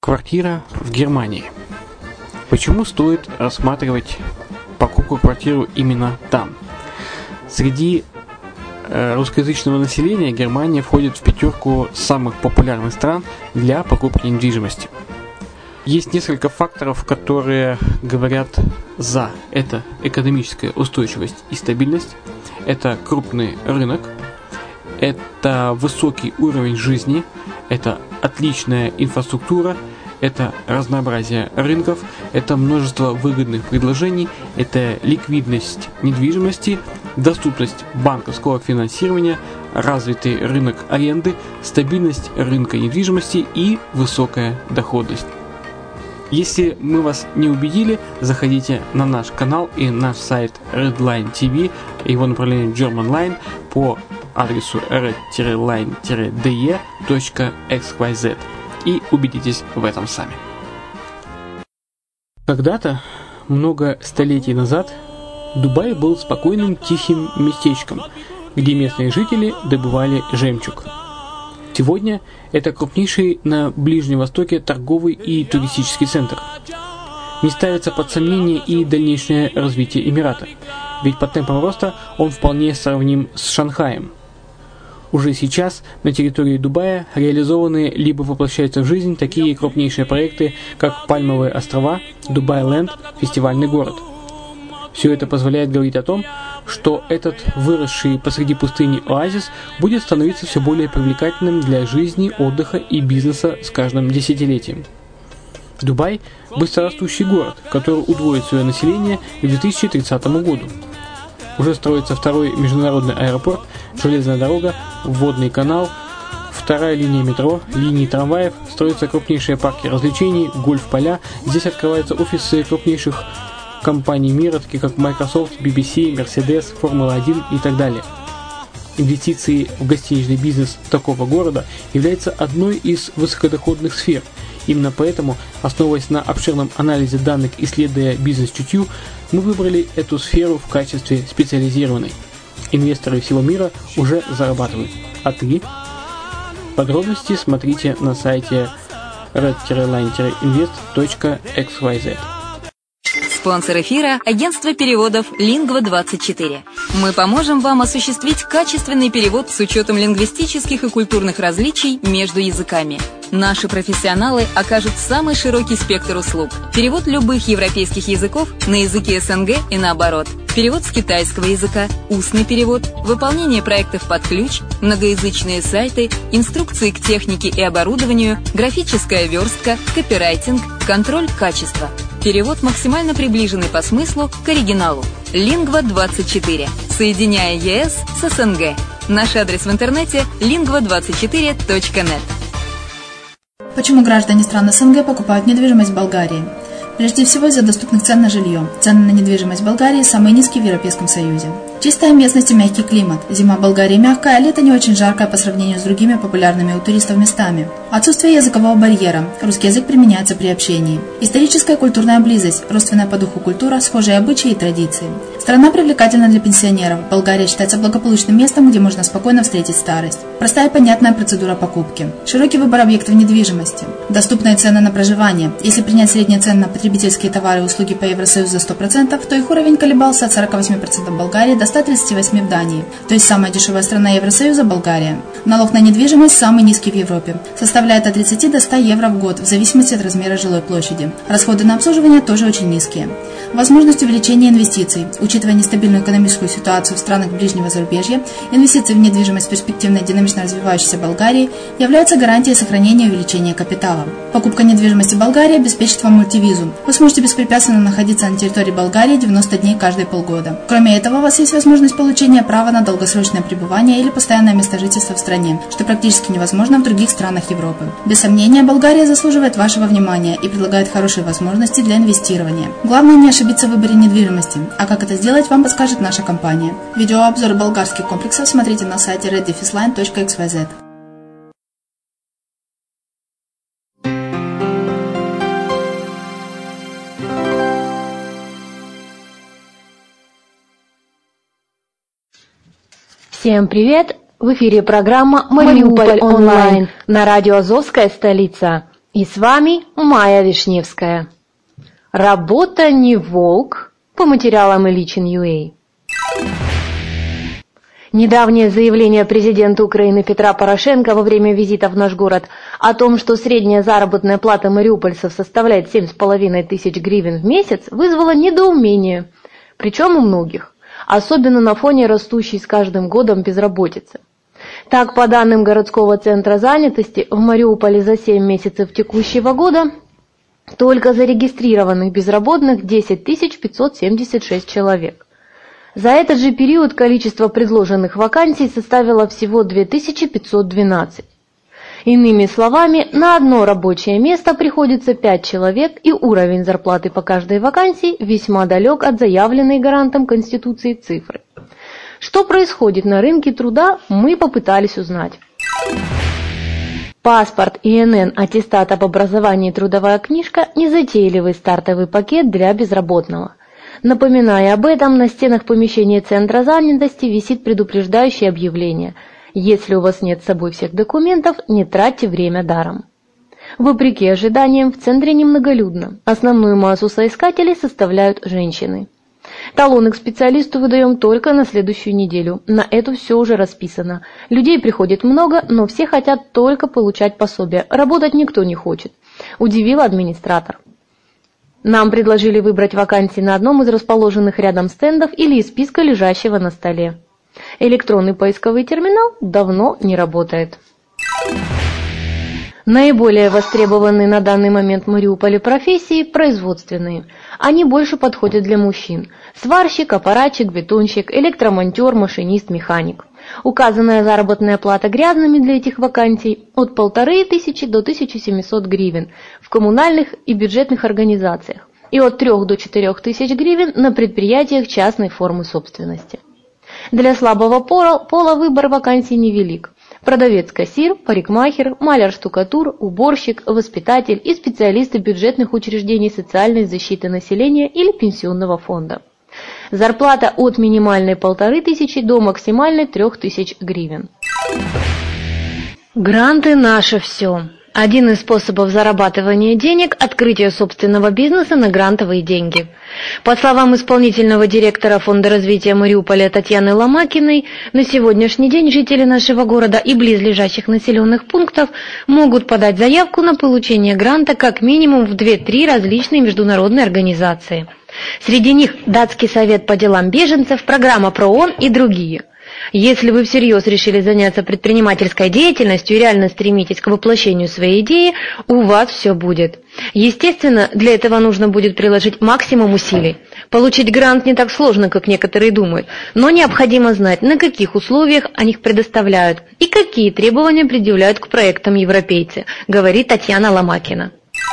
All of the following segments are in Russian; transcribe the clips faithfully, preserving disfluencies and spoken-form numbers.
Квартира в Германии. Почему стоит рассматривать покупку квартиры именно там? Среди э, русскоязычного населения Германия входит в пятерку самых популярных стран для покупки недвижимости. Есть несколько факторов, которые говорят за. Это экономическая устойчивость и стабильность, это крупный рынок, это высокий уровень жизни, это отличная инфраструктура, это разнообразие рынков, это множество выгодных предложений, это ликвидность недвижимости, доступность банковского финансирования, развитый рынок аренды, стабильность рынка недвижимости и высокая доходность. Если мы вас не убедили, заходите на наш канал и наш сайт Redline ти ви, его направление Germanline по адресу red line d e точка x y z и убедитесь в этом сами. Когда-то, много столетий назад, Дубай был спокойным тихим местечком, где местные жители добывали жемчуг. Сегодня это крупнейший на Ближнем Востоке торговый и туристический центр. Не ставится под сомнение и дальнейшее развитие Эмирата, ведь по темпам роста он вполне сравним с Шанхаем. Уже сейчас на территории Дубая реализованы либо воплощаются в жизнь такие крупнейшие проекты, как Пальмовые острова, Дубай-Ленд, фестивальный город. Все это позволяет говорить о том, что этот выросший посреди пустыни оазис будет становиться все более привлекательным для жизни, отдыха и бизнеса с каждым десятилетием. Дубай – быстрорастущий город, который удвоит свое население к две тысячи тридцатому году. Уже строится второй международный аэропорт, железная дорога, водный канал, вторая линия метро, линии трамваев, строятся крупнейшие парки развлечений, гольф-поля. Здесь открываются офисы крупнейших компаний мира, таких как Microsoft, би би си, Mercedes, Формула один и так далее. Инвестиции в гостиничный бизнес такого города являются одной из высокодоходных сфер. Именно поэтому, основываясь на обширном анализе данных, исследуя бизнес-чутью, мы выбрали эту сферу в качестве специализированной. Инвесторы всего мира уже зарабатывают. А ты? Подробности смотрите на сайте red line invest точка x y z. Спонсор эфира – агентство переводов лингва двадцать четыре. Мы поможем вам осуществить качественный перевод с учетом лингвистических и культурных различий между языками. Наши профессионалы окажут самый широкий спектр услуг. Перевод любых европейских языков на языки эс эн гэ и наоборот. Перевод с китайского языка, устный перевод, выполнение проектов под ключ, многоязычные сайты, инструкции к технике и оборудованию, графическая верстка, копирайтинг, контроль качества. Перевод максимально приближенный по смыслу к оригиналу. лингва двадцать четыре. Соединяя е эс с эс эн гэ. Наш адрес в интернете лингва двадцать четыре точка нет. Почему граждане стран эс эн гэ покупают недвижимость в Болгарии? Прежде всего из-за доступных цен на жилье. Цены на недвижимость в Болгарии самые низкие в Европейском Союзе. Чистая местность и мягкий климат. Зима в Болгарии мягкая, а лето не очень жаркое по сравнению с другими популярными у туристов местами. Отсутствие языкового барьера. Русский язык применяется при общении. Историческая и культурная близость. Родственная по духу культура, схожие обычаи и традиции. Страна привлекательна для пенсионеров. Болгария считается благополучным местом, где можно спокойно встретить старость. Простая и понятная процедура покупки. Широкий выбор объектов недвижимости. Доступные цены на проживание. Если принять средние цены на потребительские товары и услуги по Евросоюзу за сто процентов, то их уровень колебался от сорок восемь процентов в Болгарии до ста тридцати восьми процентов в Дании. То есть самая дешевая страна Евросоюза – Болгария. Налог на недвижимость самый низкий в Европе. Составляет от тридцати до ста евро в год, в зависимости от размера жилой площади. Расходы на обслуживание тоже очень низкие. Возможность увеличения инвестиций. Учитывая нестабильную экономическую ситуацию в странах ближнего зарубежья, инвестиции в недвижимость в перспективной динамично развивающейся Болгарии являются гарантией сохранения и увеличения капитала. Покупка недвижимости в Болгарии обеспечит вам мультивизу. Вы сможете беспрепятственно находиться на территории Болгарии девяносто дней каждые полгода. Кроме этого, у вас есть возможность получения права на долгосрочное пребывание или постоянное место жительства в стране, что практически невозможно в других странах Европы. Без сомнения, Болгария заслуживает вашего внимания и предлагает хорошие возможности для инвестирования. Главное не ошибиться в выборе недвижимости, а как это сделать, вам подскажет наша компания. Видеообзор болгарских комплексов смотрите на сайте red line точка x y z. Всем привет! В эфире программа «Мариуполь онлайн» на радио «Азовская столица». И с вами Майя Вишневская. Работа не волк, по материалам Ильичин точка ю а. Недавнее заявление президента Украины Петра Порошенко во время визита в наш город о том, что средняя заработная плата мариупольцев составляет семь с половиной тысяч гривен в месяц, вызвало недоумение, причем у многих, особенно на фоне растущей с каждым годом безработицы. Так, по данным городского центра занятости, в Мариуполе за семь месяцев текущего года только зарегистрированных безработных десять тысяч пятьсот семьдесят шесть человек. За этот же период количество предложенных вакансий составило всего две тысячи пятьсот двенадцать. Иными словами, на одно рабочее место приходится пять человек, и уровень зарплаты по каждой вакансии весьма далек от заявленной гарантом Конституции цифры. Что происходит на рынке труда, мы попытались узнать. Паспорт, И Н Н, аттестат об образовании, трудовая книжка – незатейливый стартовый пакет для безработного. Напоминая об этом, на стенах помещения Центра занятости висит предупреждающее объявление: если у вас нет с собой всех документов, не тратьте время даром. Вопреки ожиданиям, в центре немноголюдно. Основную массу соискателей составляют женщины. Талоны к специалисту выдаем только на следующую неделю. На эту все уже расписано. Людей приходит много, но все хотят только получать пособие. Работать никто не хочет. Удивил администратор. Нам предложили выбрать вакансии на одном из расположенных рядом стендов или из списка, лежащего на столе. Электронный поисковый терминал давно не работает. Наиболее востребованные на данный момент в Мариуполе профессии – производственные. Они больше подходят для мужчин. Сварщик, аппаратчик, бетонщик, электромонтер, машинист, механик. Указанная заработная плата грязными для этих вакансий от полторы тысячи до тысячи семисот гривен в коммунальных и бюджетных организациях и от трёх до четырёх тысяч гривен на предприятиях частной формы собственности. Для слабого пола, пола выбор вакансий невелик. Продавец-кассир, парикмахер, маляр-штукатур, уборщик, воспитатель и специалисты бюджетных учреждений социальной защиты населения или пенсионного фонда. Зарплата от минимальной полторы тысячи до максимальной трех тысяч гривен. Гранты – наше все. Один из способов зарабатывания денег – открытие собственного бизнеса на грантовые деньги. По словам исполнительного директора Фонда развития Мариуполя Татьяны Ломакиной, на сегодняшний день жители нашего города и близлежащих населенных пунктов могут подать заявку на получение гранта как минимум в две-три различные международные организации. Среди них Датский совет по делам беженцев, программа ПРООН и другие. Если вы всерьез решили заняться предпринимательской деятельностью и реально стремитесь к воплощению своей идеи, у вас все будет. Естественно, для этого нужно будет приложить максимум усилий. Получить грант не так сложно, как некоторые думают, но необходимо знать, на каких условиях они их предоставляют и какие требования предъявляют к проектам европейцы, говорит Татьяна Ломакина.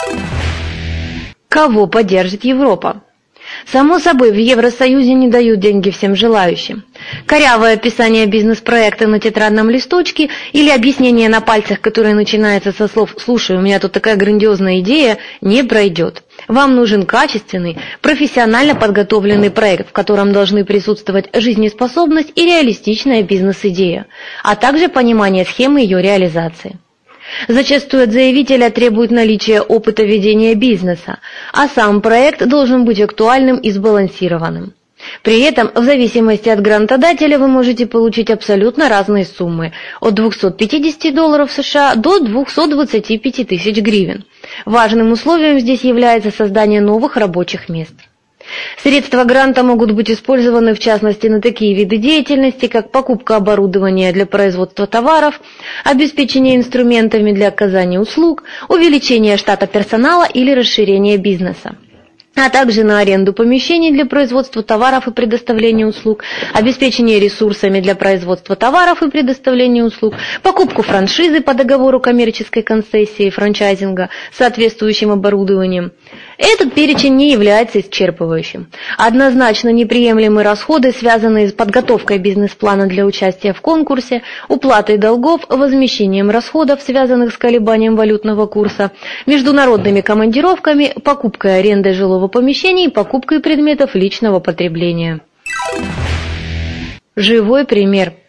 Кого поддержит Европа? Само собой, в Евросоюзе не дают деньги всем желающим. Корявое описание бизнес-проекта на тетрадном листочке или объяснение на пальцах, которое начинается со слов «слушай, у меня тут такая грандиозная идея», не пройдет. Вам нужен качественный, профессионально подготовленный проект, в котором должны присутствовать жизнеспособность и реалистичная бизнес-идея, а также понимание схемы ее реализации. Зачастую от заявителя требует наличия опыта ведения бизнеса, а сам проект должен быть актуальным и сбалансированным. При этом, в зависимости от грантодателя, вы можете получить абсолютно разные суммы – от двухсот пятидесяти долларов США до двухсот двадцати пяти тысяч гривен. Важным условием здесь является создание новых рабочих мест. Средства гранта могут быть использованы в частности на такие виды деятельности, как покупка оборудования для производства товаров, обеспечение инструментами для оказания услуг, увеличение штата персонала или расширение бизнеса, а также на аренду помещений для производства товаров и предоставления услуг, обеспечение ресурсами для производства товаров и предоставления услуг, покупку франшизы по договору коммерческой концессии, франчайзинга с соответствующим оборудованием. Этот перечень не является исчерпывающим. Однозначно неприемлемы расходы, связанные с подготовкой бизнес-плана для участия в конкурсе, уплатой долгов, возмещением расходов, связанных с колебанием валютного курса, международными командировками, покупкой и арендой жилого помещения и покупкой предметов личного потребления. Живой пример.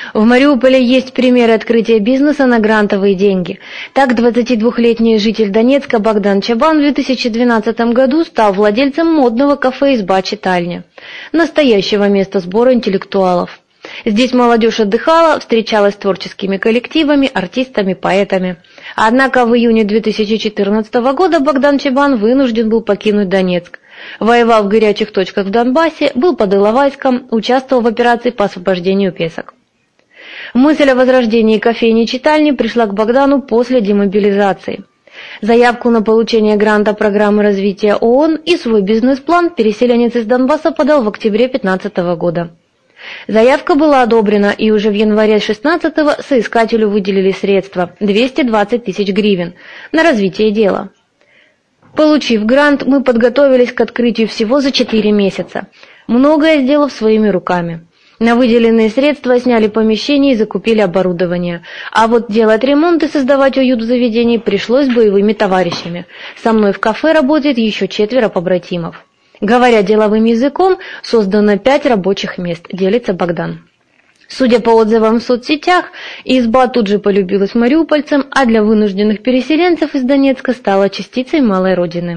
В Мариуполе есть примеры открытия бизнеса на грантовые деньги. Так, двадцатидвухлетний житель Донецка Богдан Чабан в две тысячи двенадцатом году стал владельцем модного кафе «Изба-читальня», настоящего места сбора интеллектуалов. Здесь молодежь отдыхала, встречалась с творческими коллективами, артистами, поэтами. Однако в июне две тысячи четырнадцатого года Богдан Чабан вынужден был покинуть Донецк. Воевал в горячих точках в Донбассе, был под Иловайском, участвовал в операции по освобождению Песок. Мысль о возрождении кофейни-читальни пришла к Богдану после демобилизации. Заявку на получение гранта программы развития ООН и свой бизнес-план переселенец из Донбасса подал в октябре две тысячи пятнадцатого года. Заявка была одобрена, и уже в январе две тысячи шестнадцатого соискателю выделили средства – двести двадцать тысяч гривен – на развитие дела. Получив грант, мы подготовились к открытию всего за четыре месяца, многое сделав своими руками. На выделенные средства сняли помещение и закупили оборудование. А вот делать ремонт и создавать уют в заведении пришлось боевыми товарищами. Со мной в кафе работает еще четверо побратимов. Говоря деловым языком, создано пять рабочих мест, делится Богдан. Судя по отзывам в соцсетях, изба тут же полюбилась мариупольцам, а для вынужденных переселенцев из Донецка стала частицей малой родины.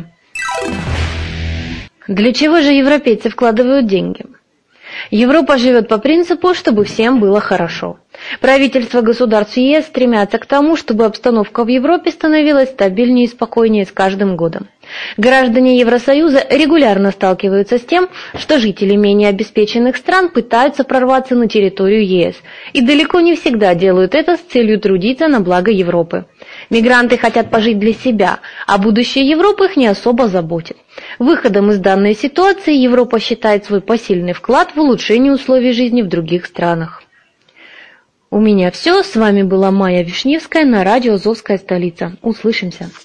Для чего же европейцы вкладывают деньги? Европа живет по принципу, чтобы всем было хорошо. Правительства государств ЕС стремятся к тому, чтобы обстановка в Европе становилась стабильнее и спокойнее с каждым годом. Граждане Евросоюза регулярно сталкиваются с тем, что жители менее обеспеченных стран пытаются прорваться на территорию ЕС, и далеко не всегда делают это с целью трудиться на благо Европы. Мигранты хотят пожить для себя, а будущее Европы их не особо заботит. Выходом из данной ситуации Европа считает свой посильный вклад в улучшение условий жизни в других странах. У меня все. С вами была Майя Вишневская на радио «Азовская столица». Услышимся.